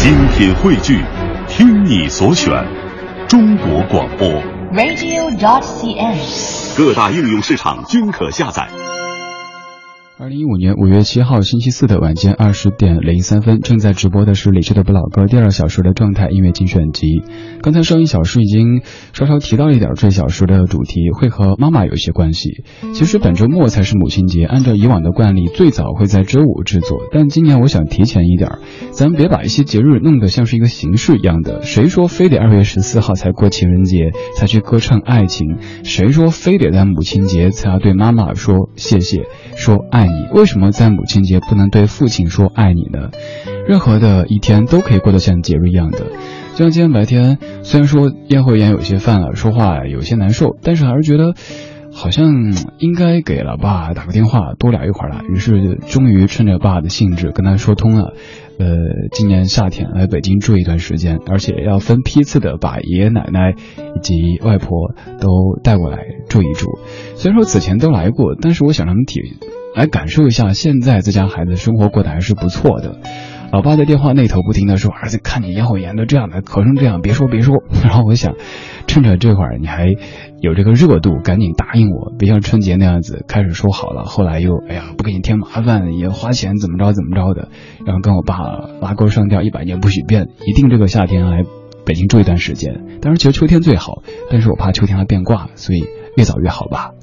精品汇聚，听你所选，中国广播 radio.cn， 各大应用市场均可下载。 2015年5月7号星期四的晚间20点03分，正在直播的是李志的不老歌第2小时的状态音乐精选集。刚才上一小时已经稍稍提到一点，这小时的主题会和妈妈有些关系。其实本周末才是母亲节，按照以往的惯例最早会在周五制作，但今年我想提前一点，咱们别把一些节日弄得像是一个形式一样的。谁说非得2月14号才过情人节才去歌唱爱情？谁说非得在母亲节才要对妈妈说谢谢，说爱你？为什么在母亲节不能对父亲说爱你呢？任何的一天都可以过得像节日一样的。就像今天白天，虽然说咽喉炎有些犯了，说话有些难受，但是还是觉得好像应该给了爸打个电话多聊一会儿了。于是终于趁着爸的兴致跟他说通了，今年夏天来北京住一段时间，而且要分批次的把爷爷奶奶以及外婆都带过来住一住。虽然说此前都来过，但是我想让他们来感受一下现在自家孩子生活过得还是不错的。老爸在电话那头不停地说，儿子看你咽喉炎都这样的，咳成这样，别说。然后我想趁着这会儿你还有这个热度，赶紧答应我，别像春节那样子开始说好了，后来又不给你添麻烦，也花钱怎么着的，然后跟我爸拉钩上吊100年不许变，一定这个夏天来北京住一段时间。当然其实秋天最好，但是我怕秋天还变卦，所以越早越好吧。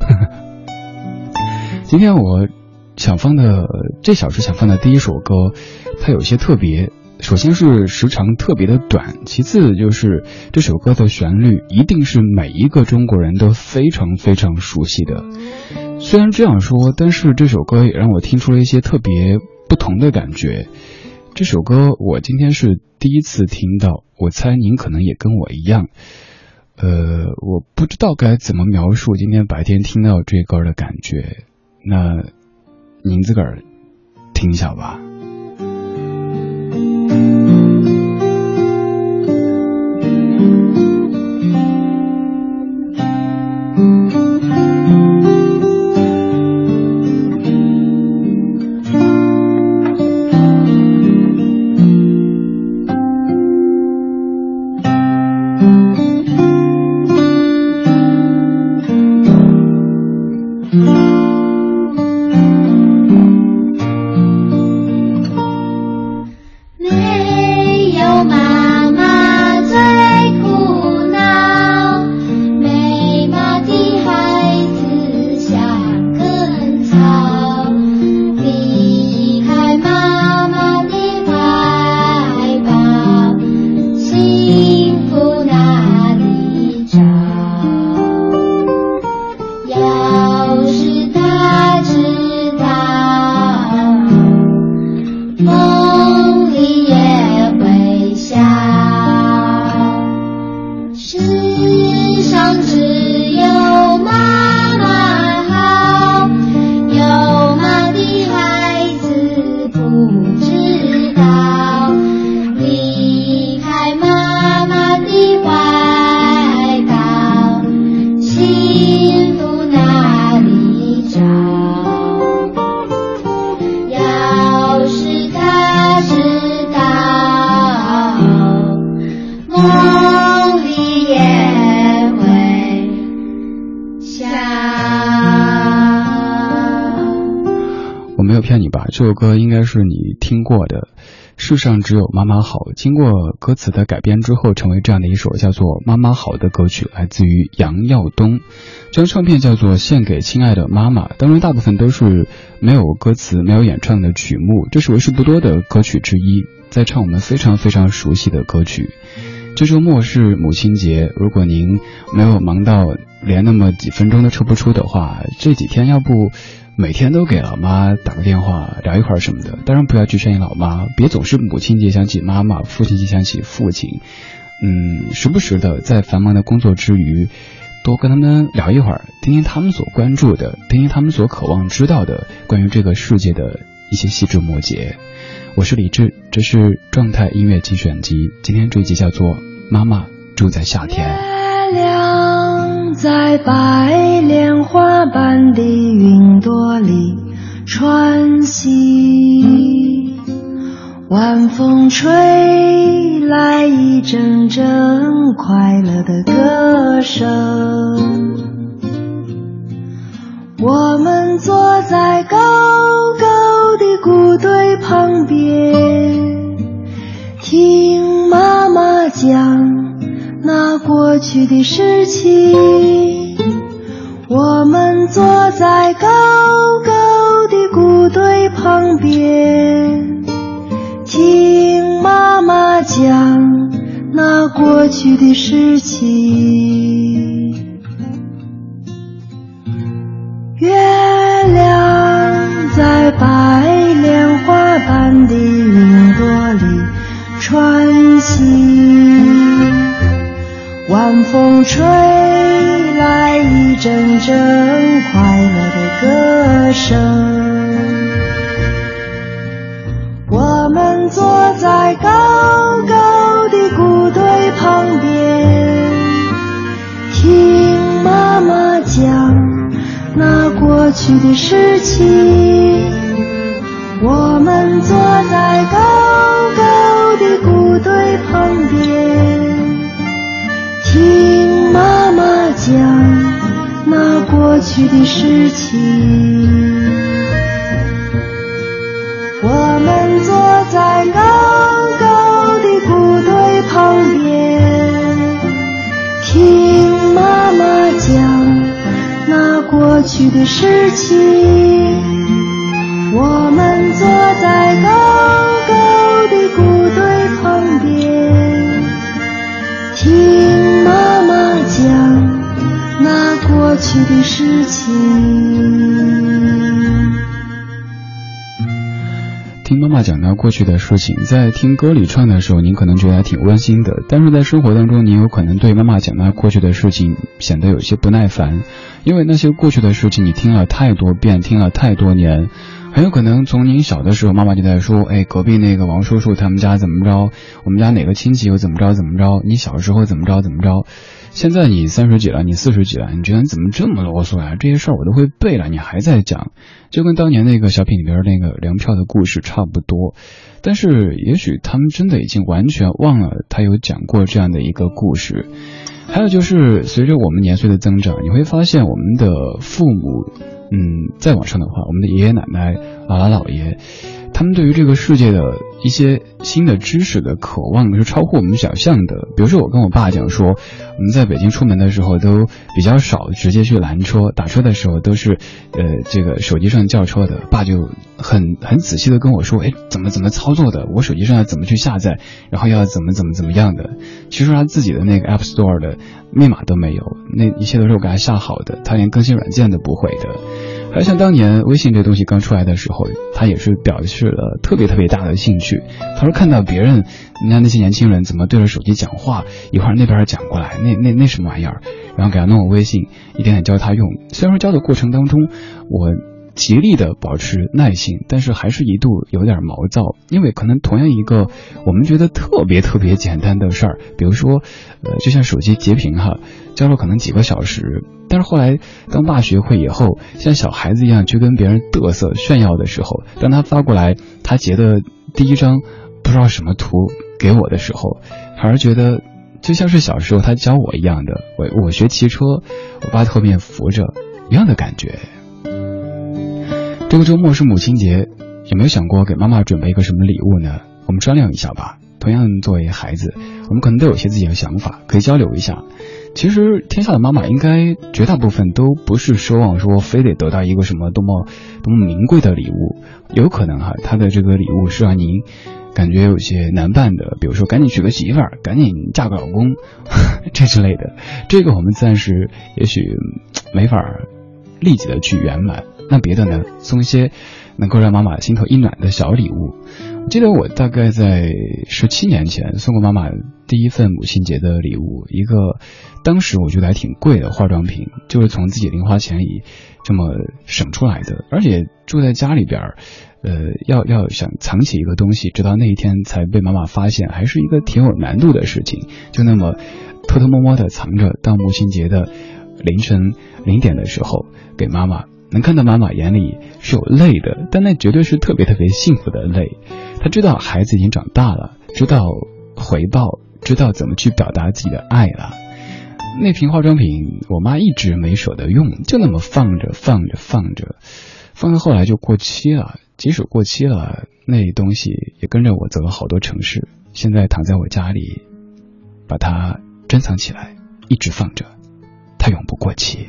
今天我想放的这小时想放的第一首歌，它有些特别。首先是时长特别的短，其次就是这首歌的旋律一定是每一个中国人都非常非常熟悉的。虽然这样说，但是这首歌也让我听出了一些特别不同的感觉。这首歌我今天是第一次听到，我猜您可能也跟我一样。我不知道该怎么描述今天白天听到这歌的感觉，那您自个儿听一下吧。这首歌应该是你听过的，世上只有妈妈好，经过歌词的改编之后成为这样的一首叫做妈妈好的歌曲，来自于杨耀东。这张唱片叫做献给亲爱的妈妈，当然大部分都是没有歌词没有演唱的曲目，这是为数不多的歌曲之一，在唱我们非常非常熟悉的歌曲。这周末是母亲节，如果您没有忙到连那么几分钟都抽不出的话，这几天要不每天都给老妈打个电话聊一会儿什么的，当然不要局限于老妈，别总是母亲节想起妈妈，父亲节想起父亲。时不时的在繁忙的工作之余，多跟他们聊一会儿，听听他们所关注的，听听他们所渴望知道的关于这个世界的一些细枝末节。我是李志，这是状态音乐精选集，今天这一集叫做妈妈住在夏天。 月亮在白莲花般的云朵里穿行， 晚风吹来一阵阵快乐的歌声，我们坐在高高的谷堆旁边，听妈妈讲那过去的事情。我们坐在高高的谷堆旁边，听妈妈讲那过去的事情。月亮在白莲花般的云朵里穿行，晚风吹来一阵阵快乐的歌声。我们坐在高高的谷堆旁边，听妈妈讲那过去的事情。我们坐在高高的谷堆旁边，听妈妈讲那过去的事情。我们坐在高高的谷堆旁边，听妈妈讲那过去的事情。我们坐在高高的谷堆旁边，听妈妈讲那过去的事情。 听妈妈讲到过去的事情，在听歌里唱的时候您可能觉得还挺温馨的，但是在生活当中你有可能对妈妈讲那过去的事情显得有些不耐烦，因为那些过去的事情你听了太多遍，听了太多年，很有可能从您小的时候妈妈就在说，隔壁那个王叔叔他们家怎么着，我们家哪个亲戚又怎么着怎么着，你小时候怎么着怎么着。现在你30几了，你40几了，你觉得你怎么这么啰嗦啊？这些事儿我都会背了，你还在讲，就跟当年那个小品里边那个粮票的故事差不多。但是也许他们真的已经完全忘了他有讲过这样的一个故事。还有就是随着我们年岁的增长，你会发现我们的父母再往上的话，我们的爷爷奶奶、姥姥姥爷，他们对于这个世界的一些新的知识的渴望是超乎我们想象的。比如说我跟我爸讲说，我们在北京出门的时候都比较少直接去拦车，打车的时候都是这个手机上叫车的，爸就很仔细的跟我说，怎么操作的，我手机上要怎么去下载，然后要怎么样的。其实他自己的那个 App Store 的密码都没有，那一切都是我给他下好的，他连更新软件都不会的。还有像当年微信这东西刚出来的时候，他也是表示了特别大的兴趣。他说看到别人那些年轻人怎么对着手机讲话，一会儿那边讲过来，那什么玩意儿，然后给他弄个微信，一点点教他用。虽然说教的过程当中我极力的保持耐心，但是还是一度有点毛躁，因为可能同样一个我们觉得特别简单的事儿，比如说就像手机截屏教了可能几个小时，但是后来当爸学会以后，像小孩子一样去跟别人嘚瑟炫耀的时候，当他发过来他截的第一张不知道什么图给我的时候，反而觉得就像是小时候他教我一样的，我学骑车，我爸在后面扶着一样的感觉。这个周末是母亲节，有没有想过给妈妈准备一个什么礼物呢？我们商量一下吧。同样作为孩子，我们可能都有些自己的想法，可以交流一下。其实天下的妈妈应该绝大部分都不是奢望说非得得到一个什么多么名贵的礼物，有可能她的这个礼物是让您感觉有些难办的，比如说赶紧娶个媳妇儿，赶紧嫁个老公这之类的，这个我们暂时也许没法立即的去圆满。那别的呢，送一些能够让妈妈心头一暖的小礼物。我记得我大概在17年前送过妈妈第一份母亲节的礼物，一个当时我觉得还挺贵的化妆品，就是从自己零花钱里这么省出来的，而且住在家里边要想藏起一个东西直到那一天才被妈妈发现，还是一个挺有难度的事情，就那么偷偷摸摸的藏着，到母亲节的凌晨0点的时候给妈妈能看到妈妈眼里是有泪的，但那绝对是特别特别幸福的泪。她知道孩子已经长大了，知道回报，知道怎么去表达自己的爱了。那瓶化妆品我妈一直没舍得用，就那么放着放到后来就过期了。即使过期了，那东西也跟着我走了好多城市，现在躺在我家里，把它珍藏起来，一直放着，它永不过期。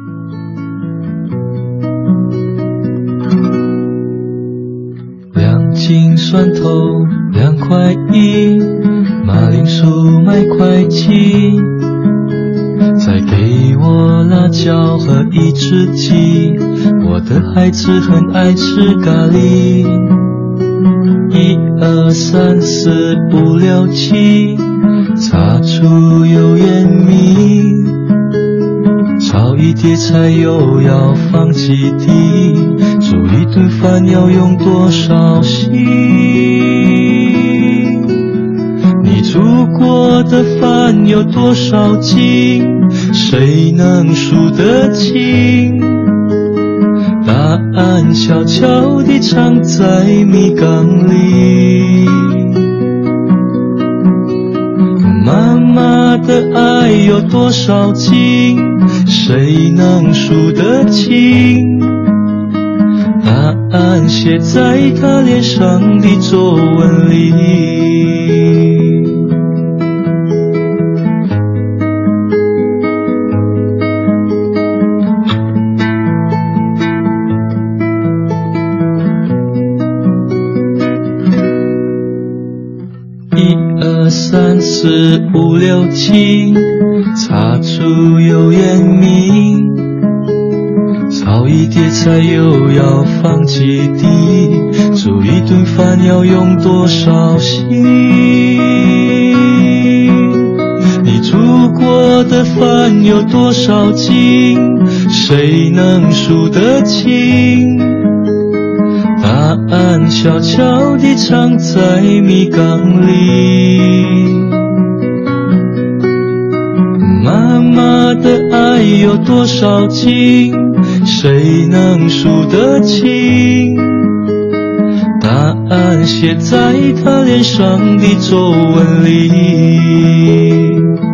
2斤蒜头2块1，马铃薯买块几，再给我辣椒和一只鸡，我的孩子很爱吃咖喱。1、2、3、4、5、6、7，擦出油盐米，炒一碟菜又要放几滴，煮一顿饭要用多少心？你煮过的饭有多少斤？谁能数得清？答案悄悄地藏在米缸里。妈妈的爱有多少斤？谁能数得清？答案写在她脸上的皱纹里。3、4、5、6、7，擦出油盐米，炒一碟菜又要放几滴，煮一顿饭要用多少心？你煮过的饭有多少斤？谁能数得清？答案悄悄地藏在米缸里。妈妈的爱有多少斤？谁能数得清？答案写在她脸上的皱纹里。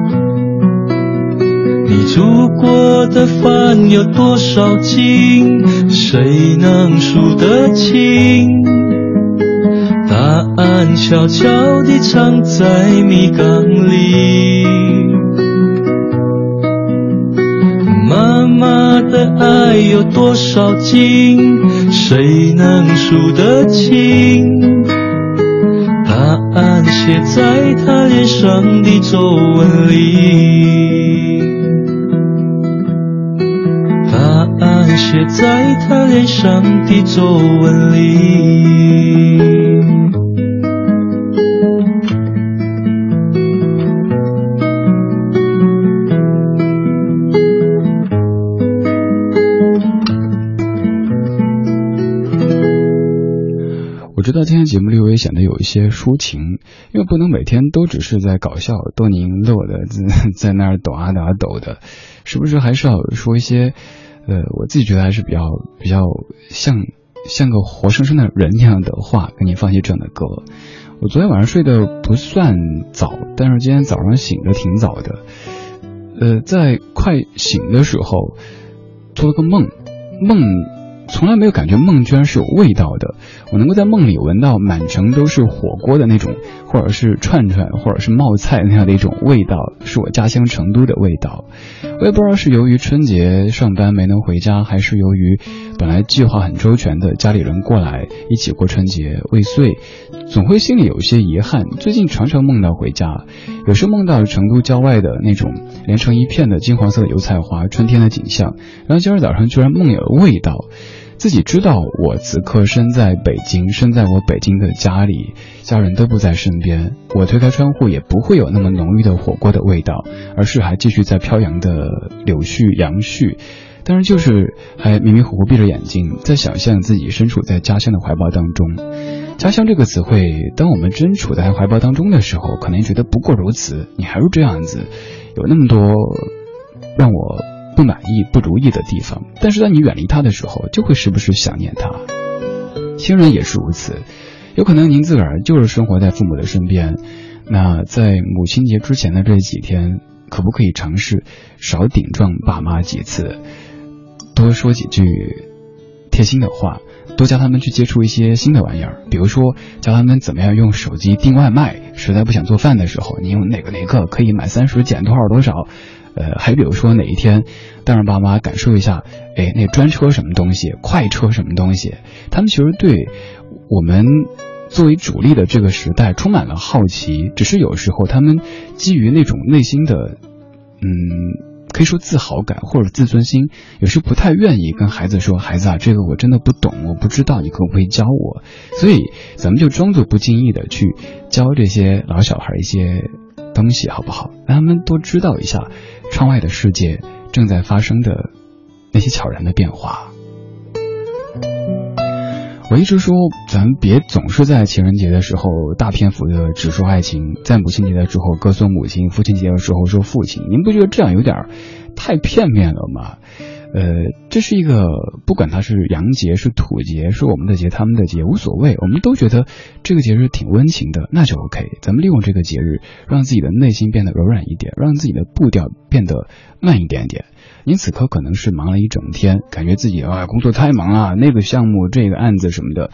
你煮过的饭有多少斤？谁能数得清？答案悄悄地藏在米缸里。妈妈的爱有多少斤？谁能数得清？答案写在她脸上的皱纹里。答案写在她脸上的皱纹里。 我知道今天节目里我也显得有一些抒情，因为不能每天都只是在搞笑逗您乐的在那儿抖啊抖啊抖的，时不时还是要说一些我自己觉得还是比较像个活生生的人一样的话，跟您放些这样的歌。我昨天晚上睡得不算早，但是今天早上醒得挺早的。在快醒的时候做了个梦从来没有感觉梦居然是有味道的，我能够在梦里闻到满城都是火锅的那种，或者是串串，或者是冒菜那样的一种味道，是我家乡成都的味道。我也不知道是由于春节上班没能回家，还是由于本来计划很周全的家里人过来一起过春节未遂，总会心里有些遗憾。最近常常梦到回家，有时梦到成都郊外的那种连成一片的金黄色的油菜花，春天的景象，然后今儿早上居然梦有了味道。自己知道我此刻身在北京，身在我北京的家里，家人都不在身边，我推开窗户也不会有那么浓郁的火锅的味道，而是还继续在飘扬的柳絮杨絮，但是就是还迷迷糊糊闭着眼睛，在想象自己身处在家乡的怀抱当中。家乡这个词汇，当我们真处在怀抱当中的时候，可能觉得不过如此，你还是这样子，有那么多让我不满意、不如意的地方，但是当你远离他的时候，就会时不时想念他。亲人也是如此，有可能您自个儿就是生活在父母的身边，那在母亲节之前的这几天，可不可以尝试少顶撞爸妈几次，多说几句贴心的话，多教他们去接触一些新的玩意儿，比如说教他们怎么样用手机订外卖，实在不想做饭的时候，你用哪个可以买30减多少，还比如说哪一天带让爸妈感受一下，那专车什么东西，快车什么东西，他们其实对我们作为主力的这个时代充满了好奇，只是有时候他们基于那种内心的可以说自豪感或者自尊心，有时不太愿意跟孩子说，孩子啊，这个我真的不懂，我不知道，你可不可以教我？所以咱们就装作不经意的去教这些老小孩一些东西，好不好？让他们多知道一下窗外的世界正在发生的那些悄然的变化。我一直说，咱们别总是在情人节的时候大篇幅的只说爱情，在母亲节的时候歌颂母亲，父亲节的时候说父亲，您不觉得这样有点太片面了吗？这是一个，不管它是洋节、是土节、是我们的节、他们的节，无所谓，我们都觉得这个节日挺温情的，那就 OK。咱们利用这个节日，让自己的内心变得柔软一点，让自己的步调变得慢一点点。您此刻可能是忙了一整天，感觉自己工作太忙了，那个项目、这个案子什么的，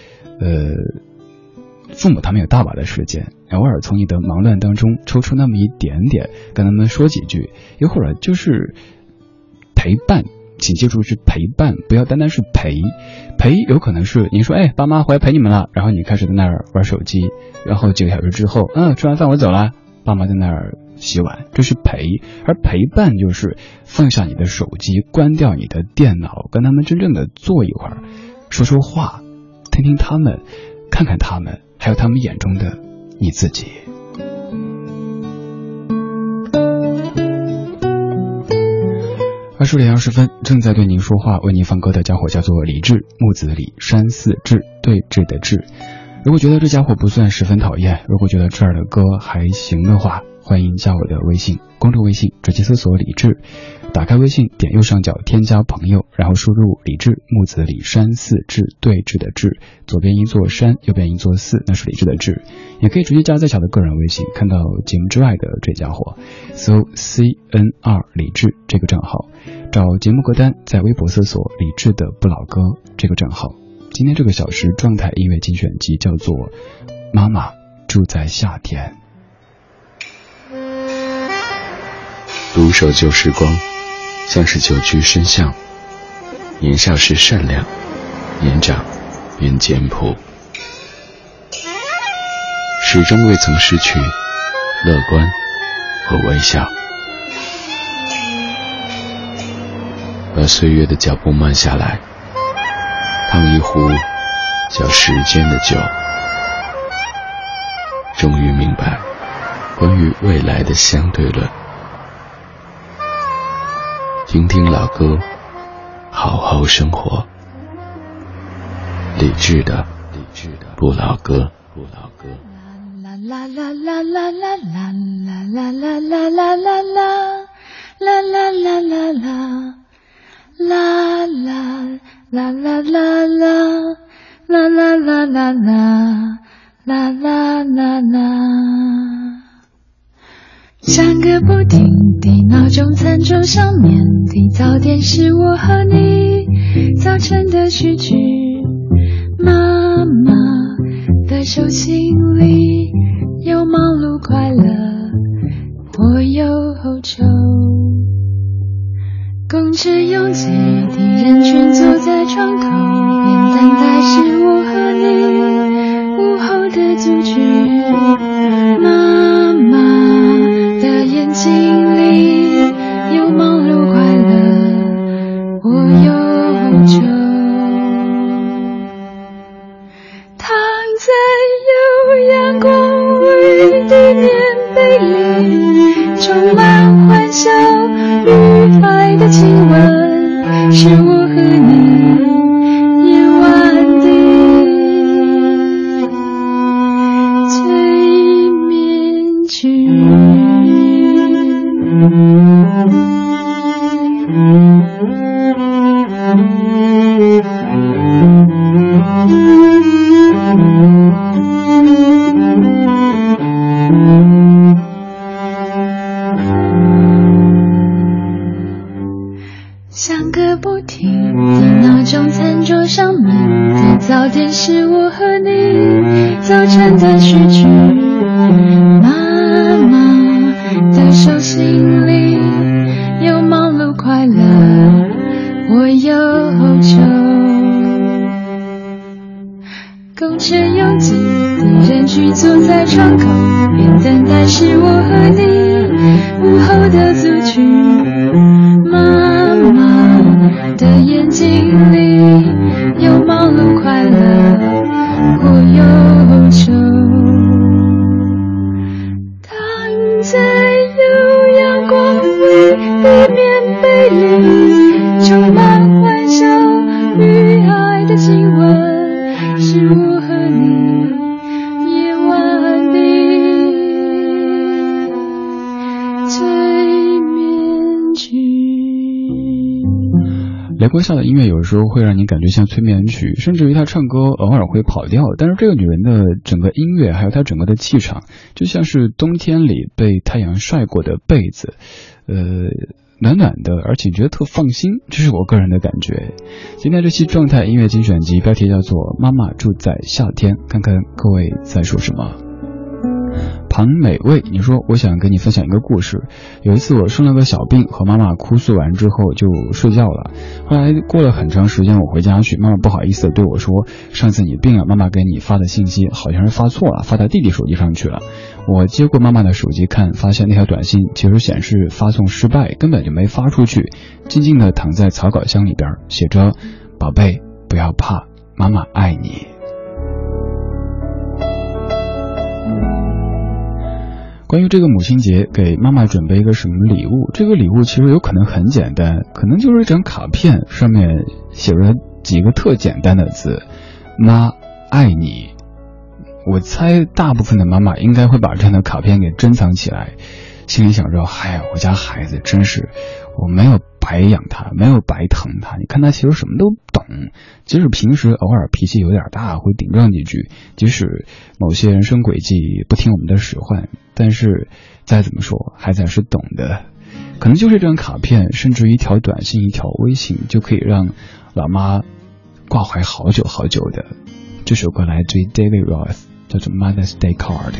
父母他们有大把的时间，偶尔从你的忙乱当中抽出那么一点点，跟他们说几句，一会儿就是陪伴，请记住是陪伴，不要单单是陪有可能是您说爸妈回来陪你们了，然后你开始在那儿玩手机，然后几个小时之后吃完饭我走了，爸妈在那儿洗碗，这是陪。而陪伴就是放下你的手机，关掉你的电脑，跟他们真正的坐一会儿，说说话，听听他们，看看他们，还有他们眼中的你自己。20点20分，正在对您说话为您放歌的家伙叫做李志，木子李，山寺志，对峙的志。如果觉得这家伙不算十分讨厌，如果觉得这儿的歌还行的话，欢迎加我的微信，公众微信直接搜索李志，打开微信点右上角添加朋友，然后输入李志，木子李，山寺志，对峙的志，左边一座山，右边一座寺，那是李志的志。也可以直接加在小的个人微信，看到节目之外的这家伙，搜 CNR 李志这个账号，找节目歌单，在微博搜索李志的不老歌这个账号。今天这个小时状态音乐精选集叫做妈妈住在夏天。 独守旧时光，像是久居深巷，年少时善良，年长便简朴，始终未曾失去乐观和微笑。把岁月的脚步慢下来，烫一壶叫时间的酒，终于明白关于未来的相对论。听听老歌，好好生活。理智的不老歌。 啦啦啦啦啦啦啦啦啦啦啦啦啦啦啦啦啦啦啦。啦啦啦啦啦啦啦啦啦啦啦啦啦啦，响个不停的闹钟，餐桌上面的早点是我和你早晨的序曲，妈妈的手心里有忙碌快乐，或忧或愁。公车拥挤的人群坐在窗口，边等待是我和你午后的组曲，妈妈的眼睛里有忙碌快乐，或忧愁。躺在有阳光味的棉被里，充满欢笑愉快的亲吻，是我和你夜晚的催眠曲。 响个不停的闹钟，餐桌上面的早点是我和你早晨的序曲，妈妈的手心里有忙碌快乐，我忧愁。公车拥挤的人群坐在窗口边等待，是我和你午后的组曲，妈妈的眼睛里有忙碌快乐，我忧愁。躺在有阳光微的棉被里，充满欢笑与爱的亲吻，是我和你夜晚的催眠曲。 雷国笑的音乐有时候会让你感觉像催眠曲，甚至于他唱歌偶尔会跑调，但是这个女人的整个音乐还有她整个的气场，就像是冬天里被太阳晒过的被子，暖暖的，而且觉得特放心，这是我个人的感觉。今天这期状态音乐精选集标题叫做妈妈住在夏天，看看各位在说什么。庞美味，你说我想跟你分享一个故事。有一次我生了个小病，和妈妈哭诉完之后就睡觉了。后来过了很长时间，我回家去，妈妈不好意思地对我说，上次你病了，妈妈给你发的信息好像是发错了，发到弟弟手机上去了。我接过妈妈的手机看，发现那条短信其实显示发送失败，根本就没发出去，静静地躺在草稿箱里边，写着宝贝不要怕，妈妈爱你。关于这个母亲节给妈妈准备一个什么礼物，这个礼物其实有可能很简单，可能就是一张卡片，上面写着几个特简单的字，妈爱你。我猜大部分的妈妈应该会把这样的卡片给珍藏起来，心里想着，哎呀，我家孩子真是，我没有白养他，没有白疼他，你看他其实什么都懂，即使平时偶尔脾气有点大，会顶撞几句，即使某些人生轨迹不听我们的使唤，但是再怎么说孩子还是懂的。可能就是这张卡片，甚至一条短信，一条微信，就可以让老妈挂怀好久好久的。这首歌来自于 David Roth， 叫做 Mother's Day Card。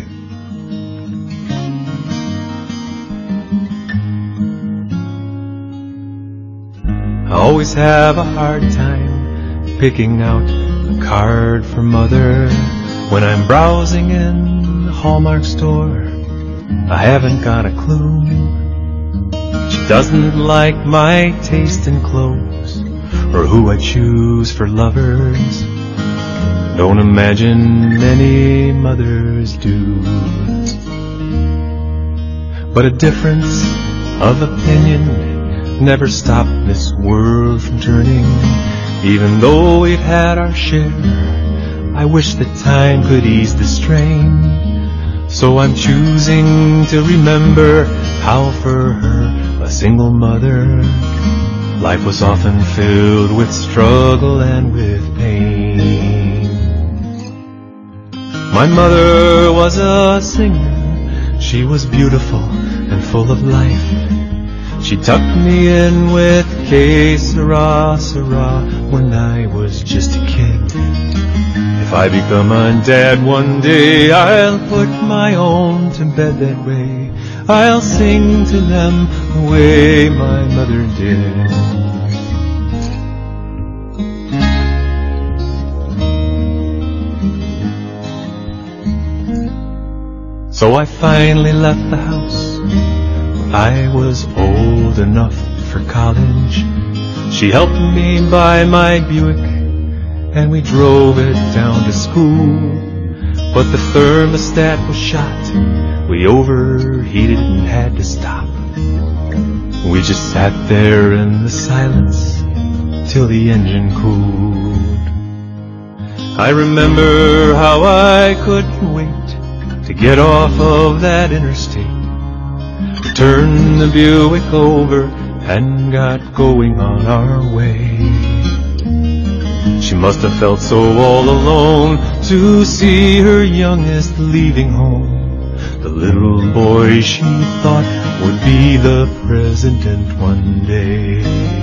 I always have a hard time picking out a card for Mother. When I'm browsing in the Hallmark store, I haven't got a clue. She doesn't like my taste in clothes or who I choose for lovers. Don't imagine many mothers do. But a difference of opinion never stopped this world from turning. Even though we've had our share, I wish that time could ease the strain. So I'm choosing to remember how for her, a single mother, life was often filled with struggle and with pain. My mother was a singer. She was beautiful and full of life. She tucked me in with Que Sera, Sera when I was just a kid. If I become a dad one day, I'll put my own to bed that way. I'll sing to them the way my mother did. So I finally left the house. I was old enough for college. She helped me buy my Buick, and we drove it down to school. But the thermostat was shot. We overheated and had to stop. We just sat there in the silence till the engine cooled. I remember how I couldn't wait to get off of that interstate, turn the Buick over and got going on our way. She must have felt so all alone to see her youngest leaving home, the little boy she thought would be the president one day.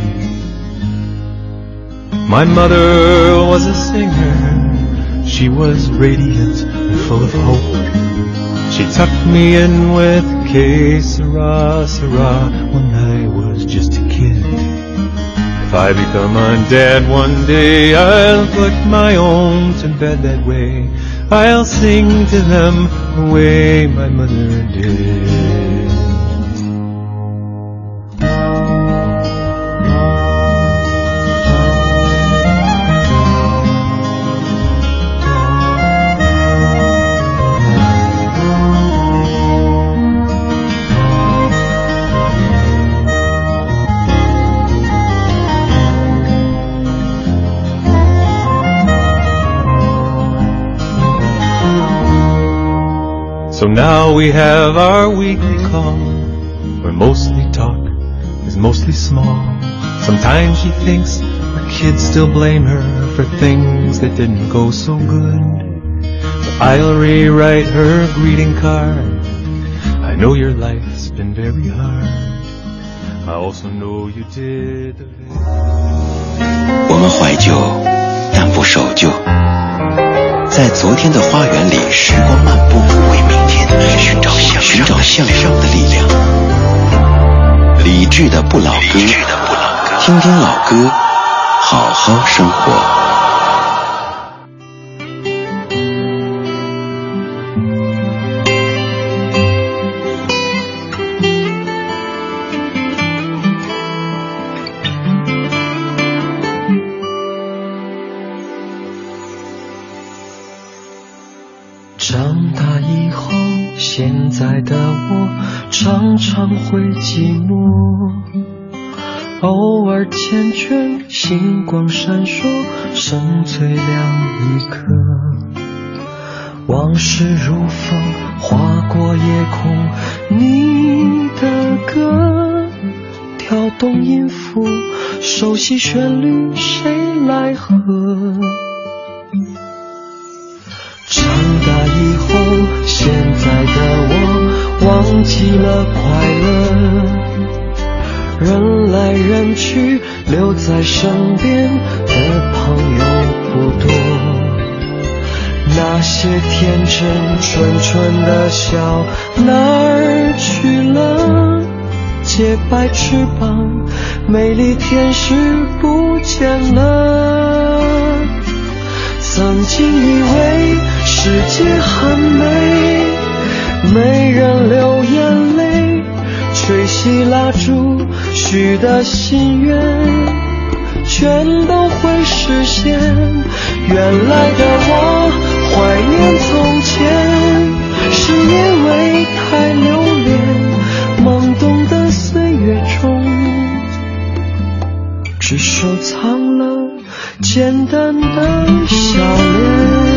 My mother was a singer, she was radiant and full of hope. She tucked me in with Que Sera, Sera when I was just a kid. If I become a dad one day, I'll put my own to bed that way. I'll sing to them the way my mother did. So now we have our weekly call, where mostly talk is mostly small. Sometimes she thinks her kids still blame her for things that didn't go so good. But I'll rewrite her greeting card. I know your life's been very hard. I also know you did the very. 我们怀旧，但不守旧。在昨天的花园里，时光漫步，为明天寻找向上的力量。理智的不老歌，听听老歌，好好生活。 长大以后，现在的我常常会寂寞，偶尔缱绻，星光闪烁，剩最亮一刻。往事如风，划过夜空，你的歌跳动音符，熟悉旋律，谁来和？长大以后，现在的我忘记了快乐，人来人去，留在身边的朋友不多。那些天真纯纯的笑哪儿去了？洁白翅膀，美丽天使不见了。曾经以为世界很美，没人流眼泪，吹熄蜡烛，许的心愿全都会实现。原来的我怀念从前，是因为太留恋懵懂的岁月中，只收藏了简单的笑脸。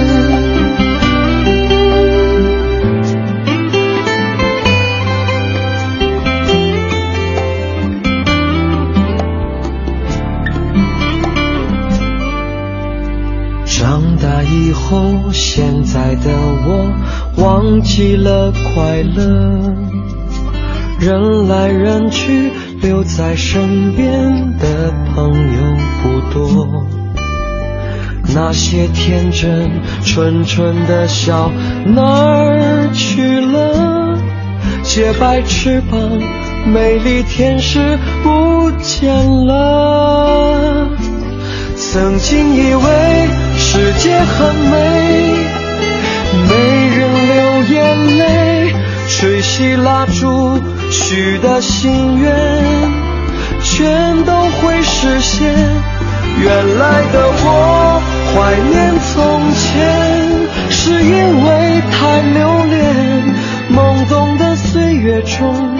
长大以后，现在的我忘记了快乐，人来人去，留在身边的朋友不多。那些天真纯纯的笑哪儿去了？洁白翅膀，美丽天使不见了。曾经以为世界很美，没人流眼泪，吹熄蜡烛，许的心愿全都会实现。原来的我怀念从前，是因为太留恋懵懂的岁月中，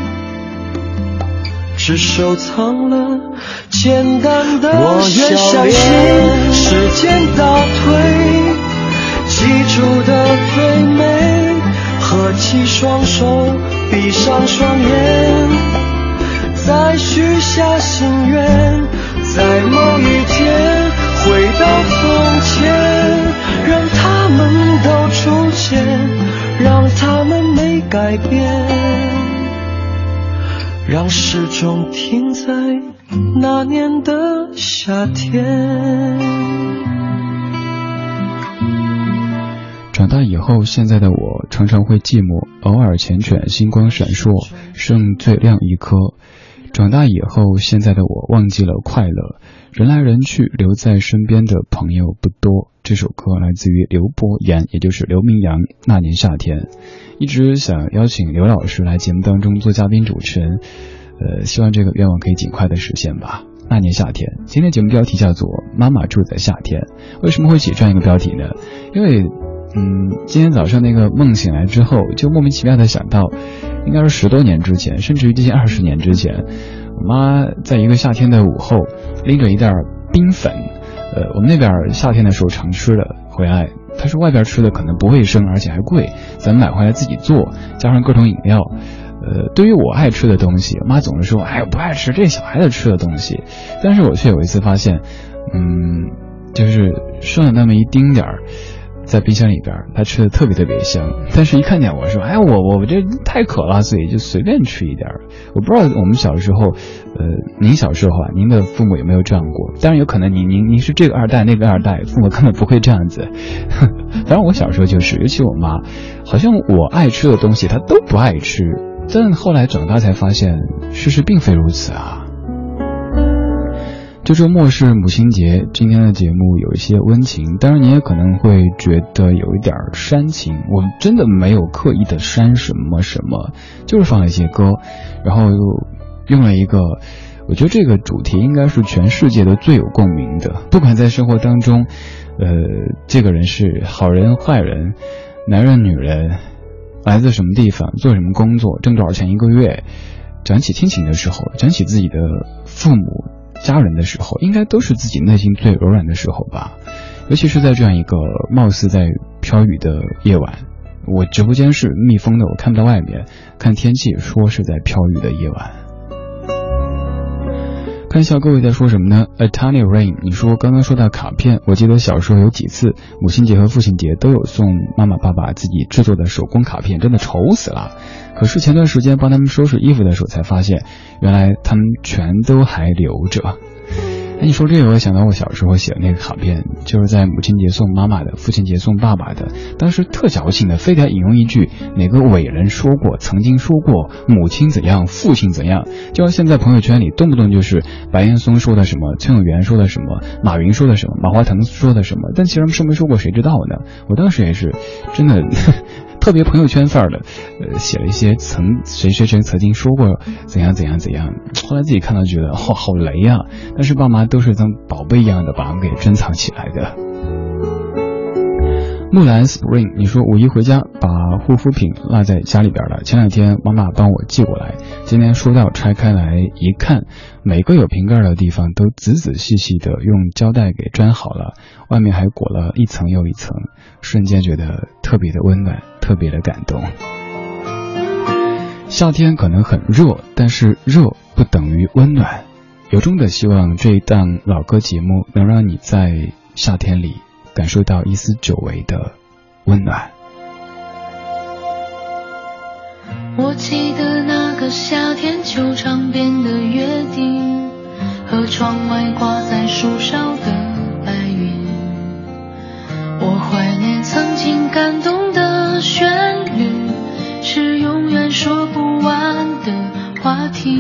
只收藏了简单的笑脸。我愿相信时间倒退，记住的最美，合起双手，闭上双眼，在再许下心愿，在某一天回到从前，让他们都出现，让他们没改变，让时钟停在那年的夏天。 长大以后，现在的我常常会寂寞，偶尔缱绻，星光闪烁，剩最亮一颗。长大以后，现在的我忘记了快乐，人来人去，留在身边的朋友不多。这首歌来自于刘伯言，也就是刘明阳，那年夏天。一直想邀请刘老师来节目当中做嘉宾主持人，希望这个愿望可以尽快的实现吧。那年夏天，今天节目标题叫做妈妈住在夏天。为什么会起这样一个标题呢？因为今天早上那个梦醒来之后，就莫名其妙的想到，应该是10多年之前，甚至于接近20年之前，我妈在一个夏天的午后，拎着一袋冰粉，我们那边夏天的时候常吃的回来，她说外边吃的可能不卫生，而且还贵，咱们买回来自己做，加上各种饮料。对于我爱吃的东西，妈总是说，哎，我不爱吃这小孩子吃的东西，但是我却有一次发现，就是剩了那么一丁点儿。在冰箱里边，他吃的特别特别香，但是一看见我说，哎，我这太渴了，所以就随便吃一点。我不知道我们小时候，您小时候啊，您的父母有没有这样过？当然有可能您是这个二代那个二代，父母根本不会这样子。反正我小时候就是，尤其我妈，好像我爱吃的东西她都不爱吃，但后来长大才发现，事实并非如此啊。这周末是母亲节，今天的节目有一些温情，当然你也可能会觉得有一点煽情，我真的没有刻意的煽什么什么，就是放了一些歌，然后又用了一个，我觉得这个主题应该是全世界都最有共鸣的，不管在生活当中这个人是好人坏人，男人女人，来自什么地方，做什么工作，挣多少钱一个月，讲起亲情的时候，讲起自己的父母家人的时候，应该都是自己内心最柔软的时候吧。尤其是在这样一个貌似在飘雨的夜晚，我直播间是密封的，我看不到外面，看天气说是在飘雨的夜晚。看一下各位在说什么呢？ A Tiny Rain， 你说刚刚说到卡片，我记得小时候有几次母亲节和父亲节都有送妈妈爸爸自己制作的手工卡片，真的愁死了。可是前段时间帮他们收拾衣服的时候才发现，原来他们全都还留着。你说这个我想到我小时候写的那个卡片，就是在母亲节送妈妈的，父亲节送爸爸的，当时特矫情的非得引用一句哪个伟人说过，曾经说过母亲怎样父亲怎样，就像现在朋友圈里动不动就是白岩松说的什么，崔永元说的什么，马云说的什么，马化腾说的什么，但其实说没说过谁知道呢？我当时也是真的特别朋友圈范儿的写了一些谁曾经说过怎样怎样怎样，后来自己看到觉得好雷啊，但是爸妈都是像宝贝一样的把它们给珍藏起来的。木兰 Spring， 你说五一回家把护肤品落在家里边了，前2天妈妈帮我寄过来，今天收到拆开来一看，每个有瓶盖的地方都仔仔细细的用胶带给粘好了，外面还裹了一层又一层，瞬间觉得特别的温暖，特别的感动。夏天可能很热，但是热不等于温暖，由衷的希望这一档老歌节目能让你在夏天里感受到一丝久违的温暖。 我记得那个夏天，球场边的约定和窗外挂在树梢的白云，我怀念曾经感动的旋律，是永远说不完的话题。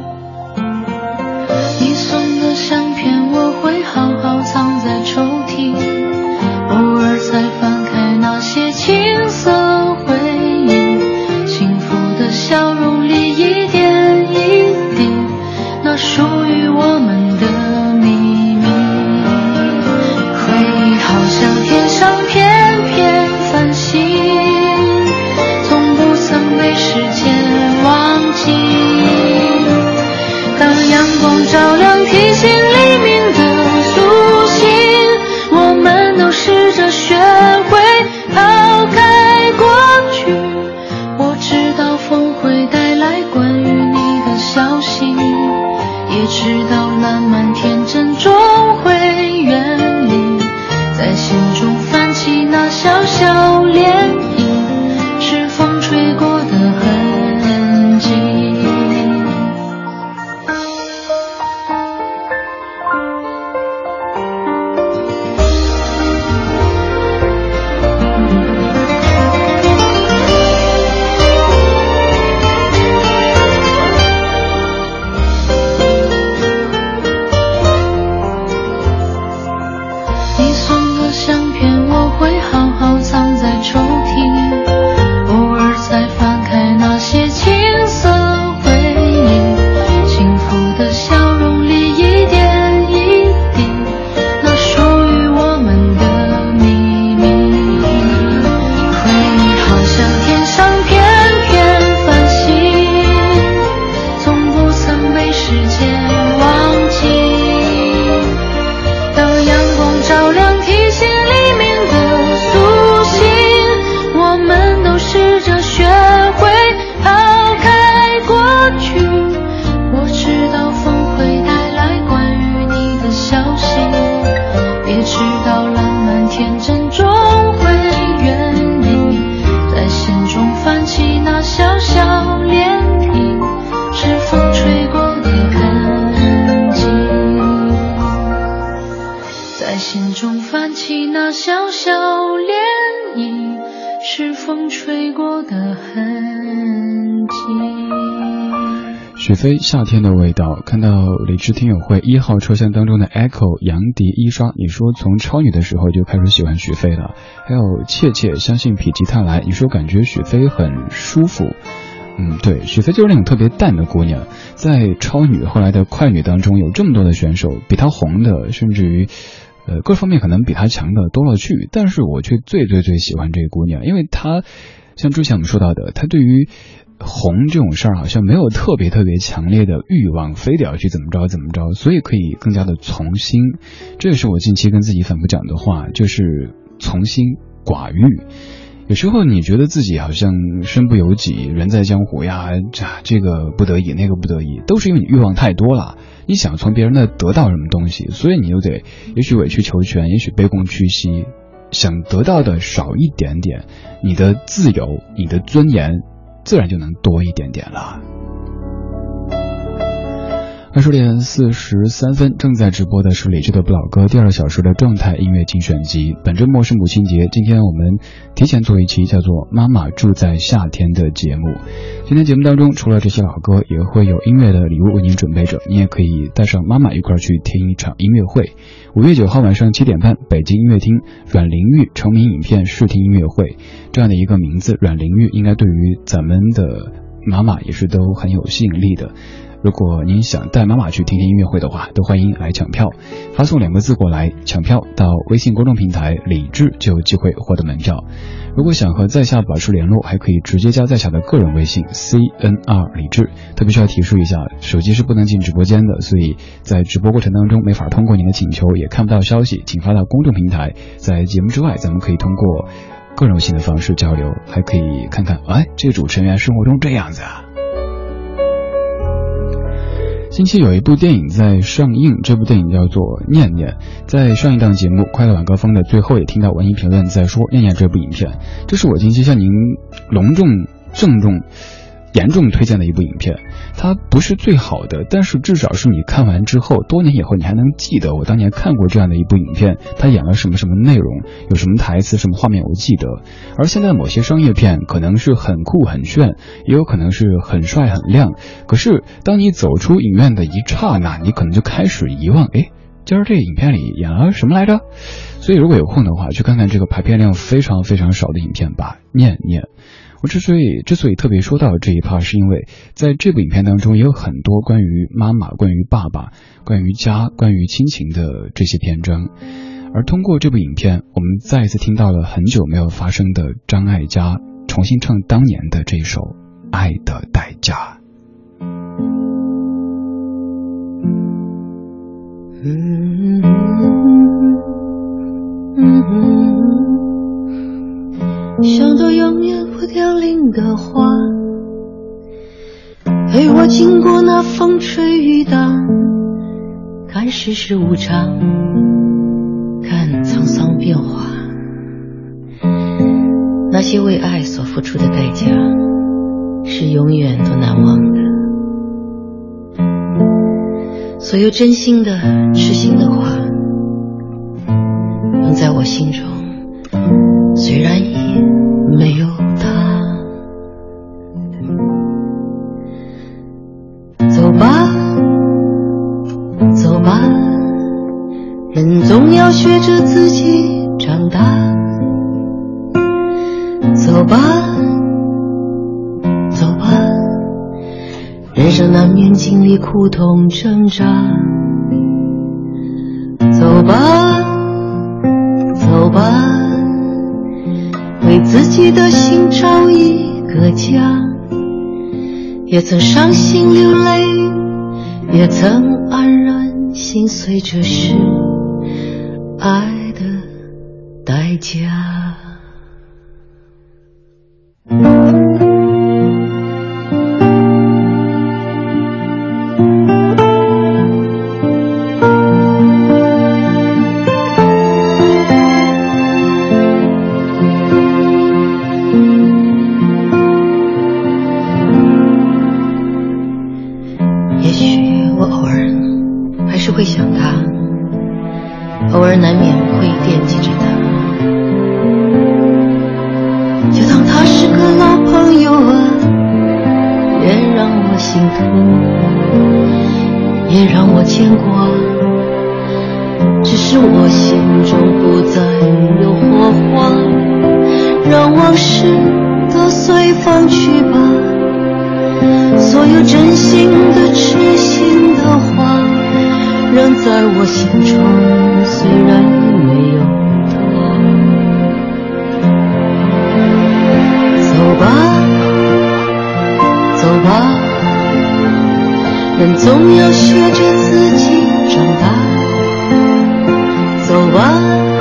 你送的相片我会好好藏在抽屉，偶尔才翻开那些青涩回忆，幸福的笑容里一点一滴，那属于我们的秘密。回忆好像天上片片繁星，从不曾被时间忘记。 许飞夏天的味道，看到理智听友会1号车厢当中的 Echo 杨迪伊莎，你说从超女的时候就开始喜欢许飞了。还有切切相信否极泰来，你说感觉许飞很舒服。对，许飞就是那种特别淡的姑娘，在超女后来的快女当中有这么多的选手，比她红的甚至于各方面可能比她强的多了去，但是我却最喜欢这个姑娘，因为她像之前我们说到的，她对于红这种事儿好像没有特别强烈的欲望，非得要去怎么着，所以可以更加的从心。这也是我近期跟自己反复讲的话，就是从心寡欲。有时候你觉得自己好像身不由己，人在江湖呀，这个不得已那个不得已，都是因为你欲望太多了，你想从别人那得到什么东西，所以你就得也许委曲求全，也许卑躬屈膝，想得到的少一点点，你的自由你的尊严自然就能多一点点了。20点43分，正在直播的是理智的不老歌第2小时的状态音乐精选集。本周末是母亲节，今天我们提前做一期叫做妈妈住在夏天的节目。今天节目当中除了这些老歌，也会有音乐的礼物为您准备着，你也可以带上妈妈一块去听一场音乐会。5月9号晚上7点半，北京音乐厅阮玲玉成名影片试听音乐会，这样的一个名字阮玲玉应该对于咱们的妈妈也是都很有吸引力的。如果您想带妈妈去听听音乐会的话，都欢迎来抢票，发送2个字过来，抢票到微信公众平台理智就有机会获得门票。如果想和在下保持联络，还可以直接加在下的个人微信 CNR 理智。特别需要提示一下，手机是不能进直播间的，所以在直播过程当中没法通过您的请求，也看不到消息，请发到公众平台。在节目之外，咱们可以通过个人微信的方式交流，还可以看看这个主持人员生活中这样子啊。近期有一部电影在上映，这部电影叫做《念念》。在上一档节目快乐晚高峰的最后，也听到文艺评论在说《念念》这部影片，这是我近期向您隆重郑重严重推荐的一部影片。它不是最好的，但是至少是你看完之后多年以后你还能记得我当年看过这样的一部影片，它演了什么内容，有什么台词什么画面我记得。而现在某些商业片可能是很酷很炫，也有可能是很帅很亮，可是当你走出影院的一刹那，你可能就开始遗忘今儿这影片里演了什么来着。所以如果有空的话，去看看这个排片量非常少的影片吧，念念。我之所以特别说到这一趴，是因为在这部影片当中也有很多关于妈妈关于爸爸关于家关于亲情的这些篇章。而通过这部影片，我们再一次听到了很久没有发生的张艾嘉重新唱当年的这首《爱的代价》。 像朵永远不凋零的花，陪我经过那风吹雨打，看世事无常，看沧桑变化。那些为爱所付出的代价，是永远都难忘的。所有真心的痴心的话，永在我心中，虽然已没有他。走吧走吧，人总要学着自己长大。走吧走吧，人生难免经历苦痛挣扎。走吧走吧，为自己的心找一个家。也曾伤心流泪，也曾黯然心碎，这是爱的代价。会想他，偶尔难免会惦记着他，就当他是个老朋友啊，别让我想心疼，也让我牵挂。只是我心中不再有火花，让往事都随风去吧。所有真心的痴心的话，仍在我心中，虽然已没有他。走吧，走吧，人总要学着自己长大。走吧，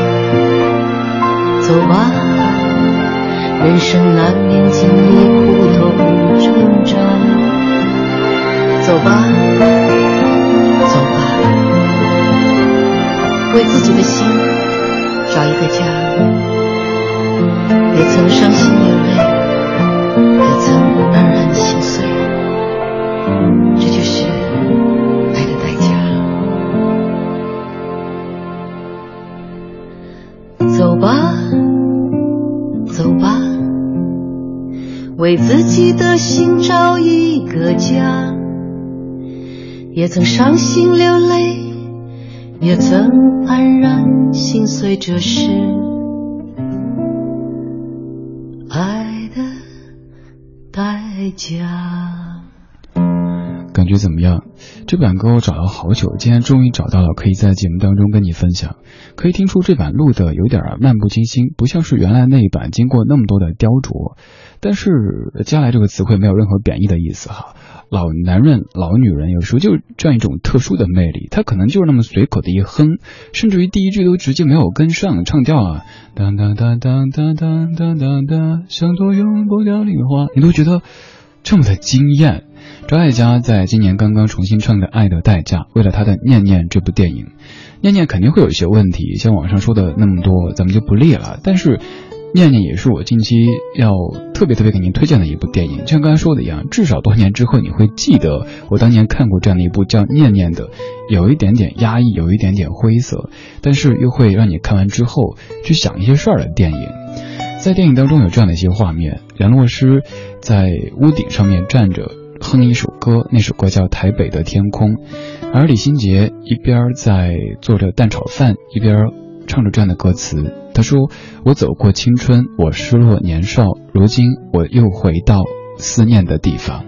走吧，人生难免经历苦痛挣扎。走吧，走吧，为自己的心找一个家，也曾伤心流泪，也曾黯然心碎，这就是爱的代价。走吧，走吧，为自己的心找一个家，也曾伤心流泪，也曾黯然心碎，这是爱的代价。 感觉怎么样？这版歌我找了好久，今天终于找到了，可以在节目当中跟你分享。可以听出这版录的有点漫不经心，不像是原来那一版经过那么多的雕琢。但是接下来这个词汇没有任何贬义的意思哈。老男人老女人有时候就这样一种特殊的魅力，他可能就是那么随口的一哼，甚至于第一句都直接没有跟上唱调啊，当当当当当当当当当，像朵永不凋零的花，你都觉得这么的惊艳。张艾嘉在今年刚刚重新唱的《爱的代价》，为了他的《念念》这部电影，念念肯定会有一些问题，像网上说的那么多咱们就不列了，但是念念也是我近期要特别给您推荐的一部电影，就像刚才说的一样，至少多年之后你会记得我当年看过这样的一部叫《念念》的，有一点点压抑，有一点点灰色，但是又会让你看完之后去想一些事儿的电影。在电影当中有这样的一些画面，梁洛施在屋顶上面站着哼一首歌，那首歌叫《台北的天空》，而李心洁一边在做着蛋炒饭，一边唱着这样的歌词，他说：我走过青春，我失落年少，如今我又回到思念的地方。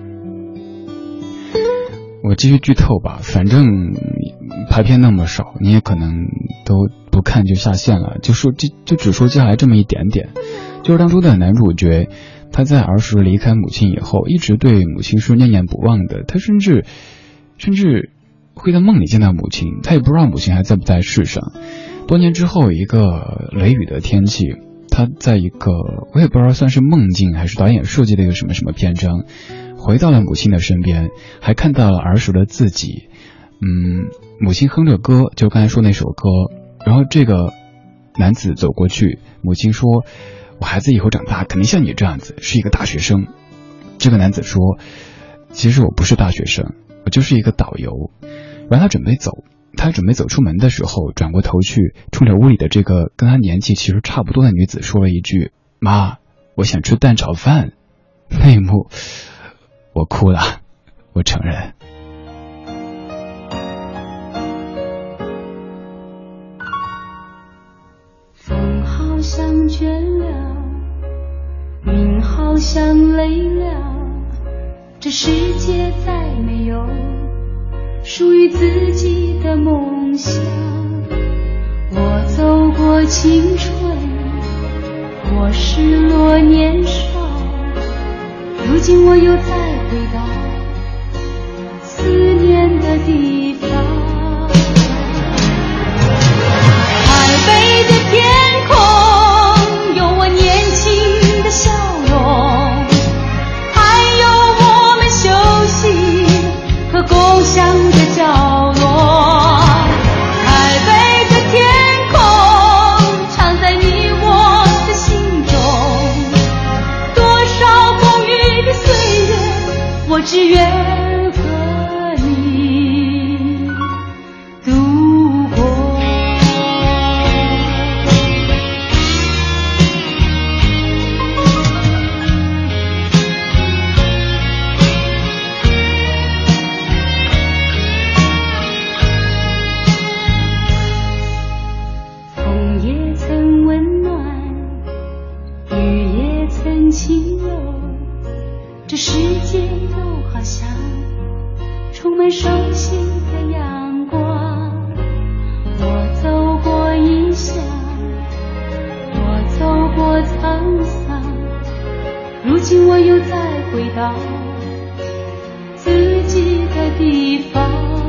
我继续剧透吧，反正排片那么少，你也可能都不看就下线了，就只说接下来这么一点点。就是当初的男主角，他在儿时离开母亲以后，一直对母亲是念念不忘的，他甚至会在梦里见到母亲，他也不知道母亲还在不在世上。多年之后，一个雷雨的天气，他在一个我也不知道算是梦境还是导演设计的一个什么篇章，回到了母亲的身边，还看到了儿时的自己。母亲哼着歌，就刚才说那首歌，然后这个男子走过去，母亲说：我孩子以后长大肯定像你这样子，是一个大学生。这个男子说：其实我不是大学生，我就是一个导游。然后他准备走出门的时候，转过头去冲着屋里的这个跟他年纪其实差不多的女子说了一句：妈，我想吃蛋炒饭。那一幕我哭了，我承认。 风好像倦了，云好像累了，这世界再没有属于自己的梦想。我走过青春，我失落年少，如今我又再回到思念的地方。台北的天空有我年轻的笑容，还有我们休息和共享的角落。台北的天空藏在你我的心中，多少风雨的岁月，我只愿和你度过。 乡，充满熟悉的阳光。我走过异乡，我走过沧桑，如今我又再回到自己的地方。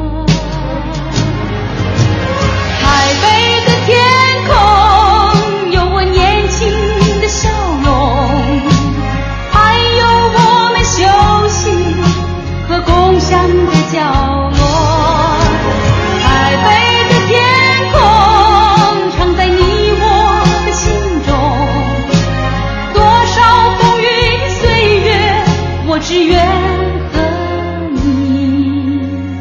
台北的天空有我年轻的笑容，还有我们休息和共享的角落。台北的天空常在你我的心中，多少风雨的岁月，我只愿和你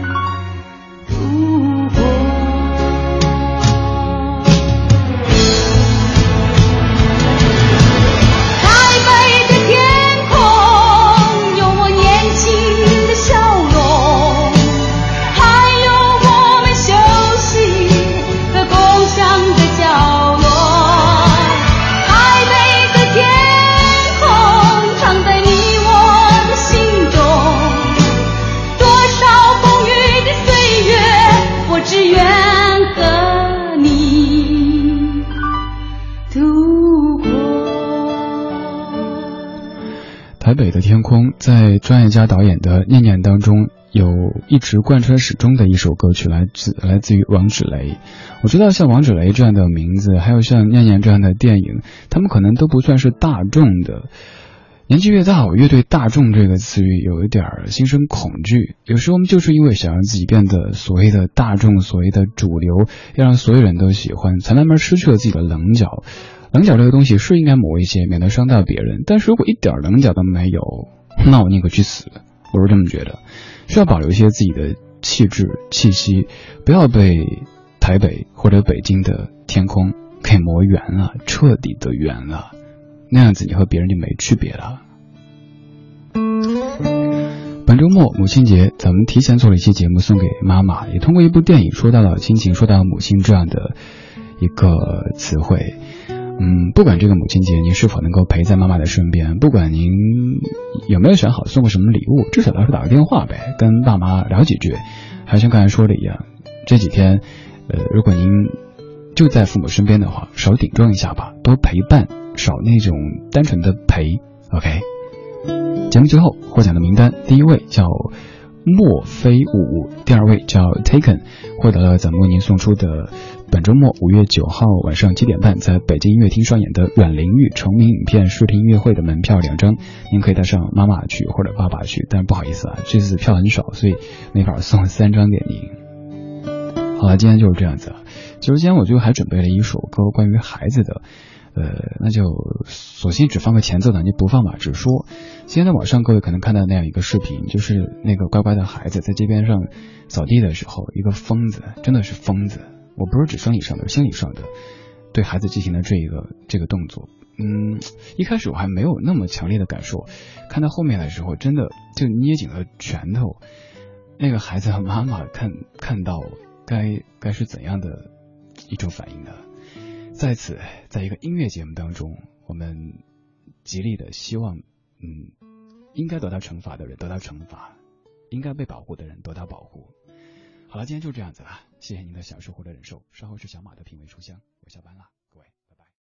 度过。台北的天空有我年轻的笑容，还有我们休息和共享的角落。台北的天空常在你我的心中，多少风雨的岁月，我只愿和你度过。 台北的天空在专业家导演的念念当中有一直贯穿始终的一首歌曲，来自于王芷蕾。我知道像王芷蕾这样的名字，还有像念念这样的电影，他们可能都不算是大众的。年纪越大，我越对大众这个词语有一点心生恐惧。有时候我们就是因为想让自己变得所谓的大众，所谓的主流，要让所有人都喜欢，才慢慢失去了自己的棱角。棱角这个东西是应该磨一些，免得伤到别人，但是如果一点棱角都没有，那我宁可去死。我是这么觉得，需要保留一些自己的气质气息，不要被台北或者北京的天空给磨圆了，彻底的圆了，那样子你和别人就没区别了。本周末母亲节，咱们提前做了一期节目送给妈妈，也通过一部电影说到了亲情，说到了母亲这样的一个词汇。不管这个母亲节您是否能够陪在妈妈的身边，不管您有没有想好送个什么礼物，至少倒是打个电话呗，跟爸妈聊几句。还像刚才说的一样，这几天如果您就在父母身边的话，少顶撞一下吧，多陪伴，少那种单纯的陪。 OK， 节目最后获奖的名单，第一位叫莫非舞，第二位叫 Taken， 获得了咱们为您送出的本周末5月9号晚上7点半在北京音乐厅上演的阮玲玉成名影片视听音乐会的门票2张，您可以带上妈妈去或者爸爸去，但不好意思啊，这次票很少，所以没法送3张给您。好了，今天就是这样子了。其实今天我就还准备了一首歌关于孩子的，那就索性只放个前奏的，你不放吧，只说。今天在网上各位可能看到那样一个视频，就是那个乖乖的孩子在街边上扫地的时候，一个疯子，真的是疯子，我不是指生理上的，心理上的，对孩子进行的这个动作。一开始我还没有那么强烈的感受，看到后面的时候真的就捏紧了拳头。那个孩子和妈妈看到该是怎样的一种反应呢？在此，在一个音乐节目当中，我们极力的希望应该得到惩罚的人得到惩罚，应该被保护的人得到保护。好了，今天就这样子了，谢谢您的享受或者忍受，稍后是小马的品味书香，我下班了。